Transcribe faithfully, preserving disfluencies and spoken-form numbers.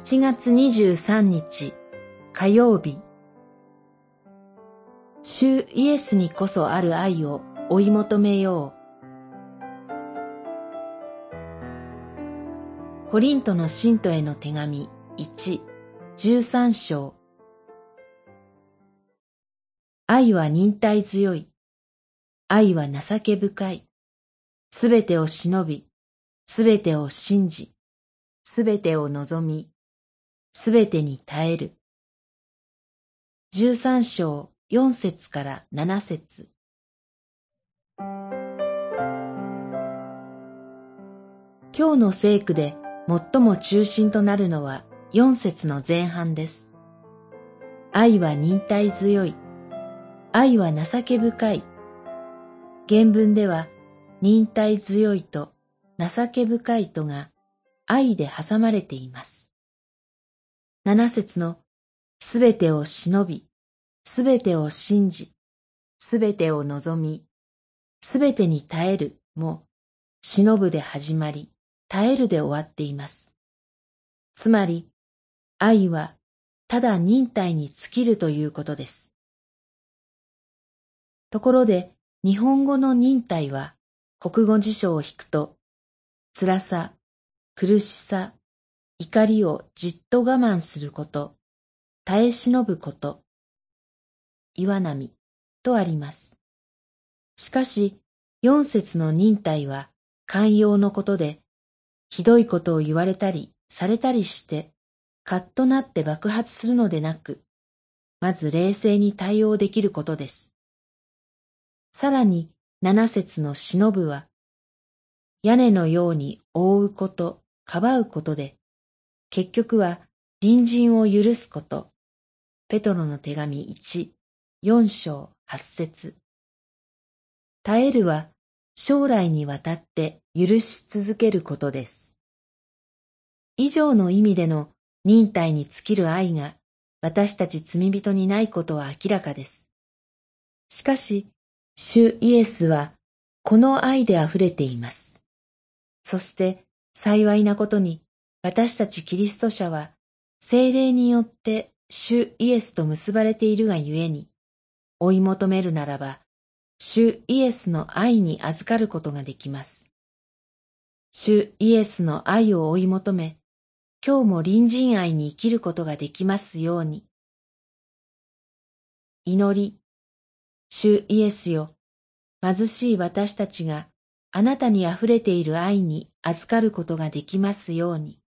ちがつにじゅうさんにち火曜日。主イエスにこそある愛を追い求めよう。コリントの信徒への手紙いち、じゅうさん章。愛は忍耐強い。愛は情け深い。すべてを忍び、すべてを信じ、すべてを望み、すべてに耐える。じゅうさん章よん節からなな節。今日の聖句で最も中心となるのはよん節の前半です。愛は忍耐強い。愛は情け深い。原文では忍耐強いと情け深いとが愛で挟まれています。なな節のすべてを忍び、すべてを信じ、すべてを望み、すべてに耐えるも忍ぶで始まり、耐えるで終わっています。つまり、愛はただ忍耐に尽きるということです。ところで、日本語の忍耐は国語辞書を引くと、辛さ、苦しさ、怒りをじっと我慢すること、耐え忍ぶこと、岩波とあります。しかし、四節の忍耐は寛容のことで、ひどいことを言われたりされたりして、カッとなって爆発するのでなく、まず冷静に対応できることです。さらに、七節の忍ぶは、屋根のように覆うこと、かばうことで、結局は隣人を許すこと。ペトロの手紙いち、よん章はち節。耐えるは将来にわたって許し続けることです。以上の意味での忍耐に尽きる愛が私たち罪人にないことは明らかです。しかし、主イエスはこの愛であふれています。そして幸いなことに私たちキリスト者は聖霊によって主イエスと結ばれているがゆえに、追い求めるならば、主イエスの愛に預かることができます。主イエスの愛を追い求め、今日も隣人愛に生きることができますように。祈り、主イエスよ、貧しい私たちがあなたにあふれている愛に預かることができますように。